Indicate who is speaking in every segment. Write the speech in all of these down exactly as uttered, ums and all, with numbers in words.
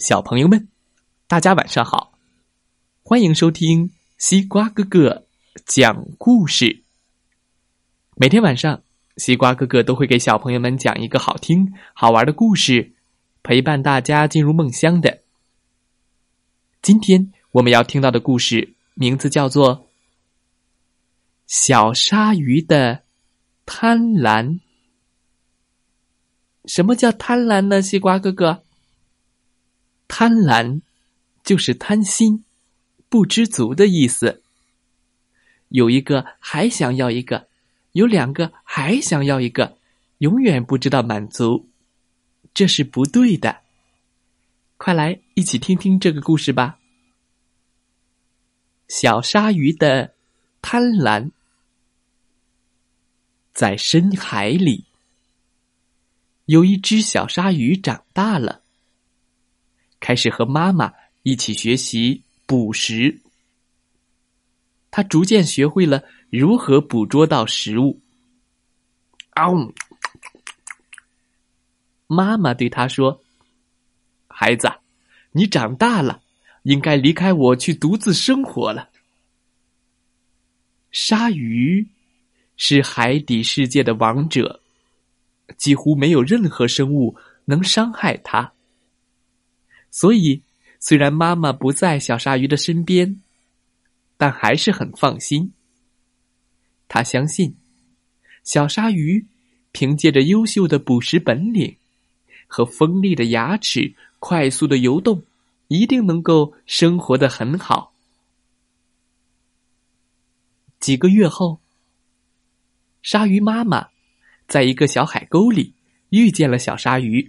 Speaker 1: 小朋友们，大家晚上好，欢迎收听西瓜哥哥讲故事。每天晚上，西瓜哥哥都会给小朋友们讲一个好听好玩的故事，陪伴大家进入梦乡的。今天我们要听到的故事名字叫做《小鲨鱼的贪婪》。什么叫贪婪呢，西瓜哥哥？贪婪就是贪心、不知足的意思。有一个还想要一个，有两个还想要一个，永远不知道满足，这是不对的。快来一起听听这个故事吧。小鲨鱼的贪婪。在深海里，有一只小鲨鱼长大了，开始和妈妈一起学习捕食。他逐渐学会了如何捕捉到食物。嗷！妈妈对他说：“孩子，你长大了，应该离开我去独自生活了。”鲨鱼是海底世界的王者，几乎没有任何生物能伤害它。所以，虽然妈妈不在小鲨鱼的身边，但还是很放心。她相信，小鲨鱼凭借着优秀的捕食本领和锋利的牙齿快速的游动，一定能够生活得很好。几个月后，鲨鱼妈妈在一个小海沟里遇见了小鲨鱼。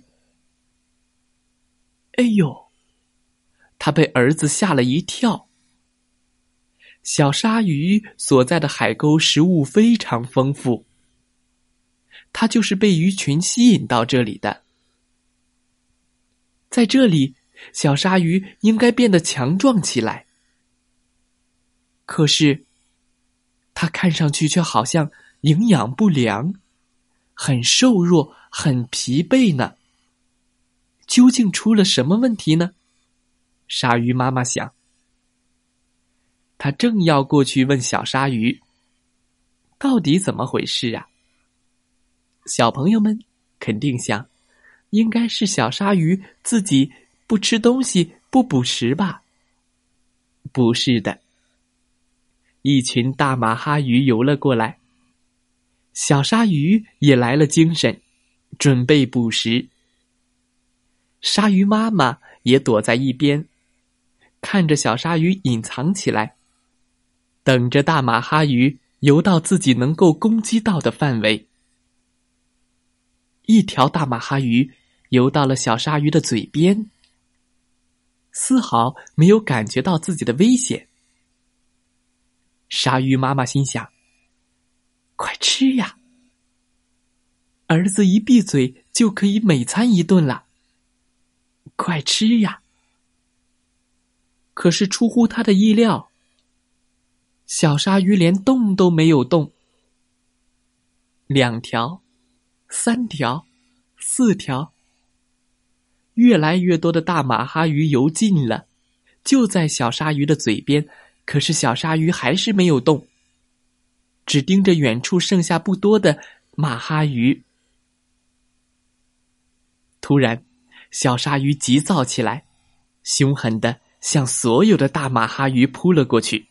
Speaker 1: 哎呦！他被儿子吓了一跳。小鲨鱼所在的海沟食物非常丰富，它就是被鱼群吸引到这里的。在这里，小鲨鱼应该变得强壮起来。可是，它看上去却好像营养不良，很瘦弱，很疲惫呢。究竟出了什么问题呢？鲨鱼妈妈想。她正要过去问小鲨鱼，到底怎么回事啊？小朋友们肯定想，应该是小鲨鱼自己不吃东西，不捕食吧？不是的。一群大马哈鱼游了过来，小鲨鱼也来了精神，准备捕食。鲨鱼妈妈也躲在一边，看着小鲨鱼隐藏起来，等着大马哈鱼游到自己能够攻击到的范围。一条大马哈鱼游到了小鲨鱼的嘴边，丝毫没有感觉到自己的危险。鲨鱼妈妈心想：快吃呀！儿子一闭嘴就可以美餐一顿了。快吃呀！可是出乎他的意料，小鲨鱼连动都没有动。两条，三条，四条，越来越多的大马哈鱼游近了，就在小鲨鱼的嘴边，可是小鲨鱼还是没有动，只盯着远处剩下不多的马哈鱼。突然，小鲨鱼急躁起来，凶狠地向所有的大马哈鱼扑了过去。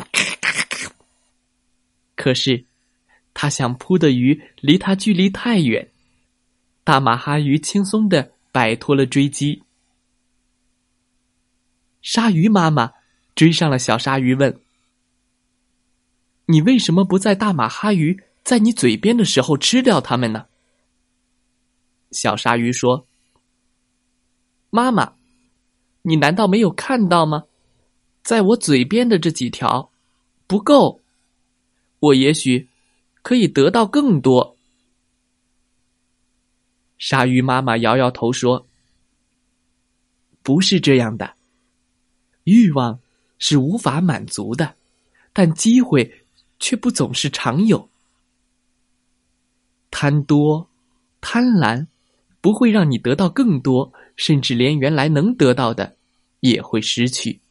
Speaker 1: 可是，他想扑的鱼离他距离太远，大马哈鱼轻松地摆脱了追击。鲨鱼妈妈追上了小鲨鱼，问：“你为什么不在大马哈鱼在你嘴边的时候吃掉它们呢？”小鲨鱼说：“妈妈，你难道没有看到吗？在我嘴边的这几条不够，我也许可以得到更多。”鲨鱼妈妈摇摇头说：“不是这样的，欲望是无法满足的，但机会却不总是常有。贪多、贪婪不会让你得到更多，甚至连原来能得到的也会失去。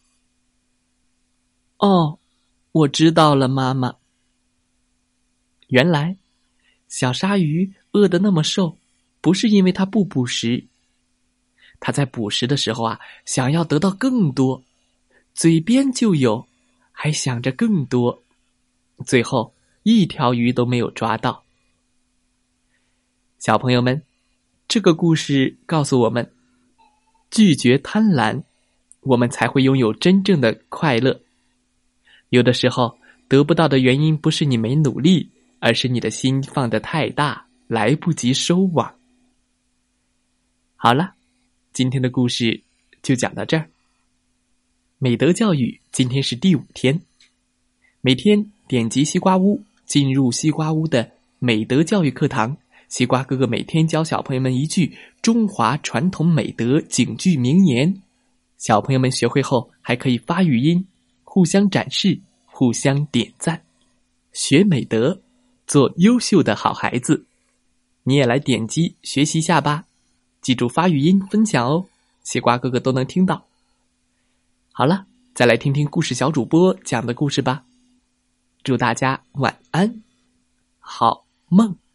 Speaker 1: 哦，我知道了，妈妈。原来，小鲨鱼饿得那么瘦，不是因为它不捕食。它在捕食的时候啊，想要得到更多，嘴边就有，还想着更多，最后一条鱼都没有抓到。小朋友们，这个故事告诉我们，拒绝贪婪，我们才会拥有真正的快乐。有的时候，得不到的原因不是你没努力，而是你的心放得太大，来不及收网。好了，今天的故事就讲到这儿。美德教育今天是第五天，每天点击西瓜屋，进入西瓜屋的美德教育课堂。西瓜哥哥每天教小朋友们一句中华传统美德警句名言，小朋友们学会后还可以发语音，互相展示，互相点赞，学美德，做优秀的好孩子。你也来点击学习一下吧，记住发语音分享哦，西瓜哥哥都能听到。好了，再来听听故事小主播讲的故事吧。祝大家晚安，好梦。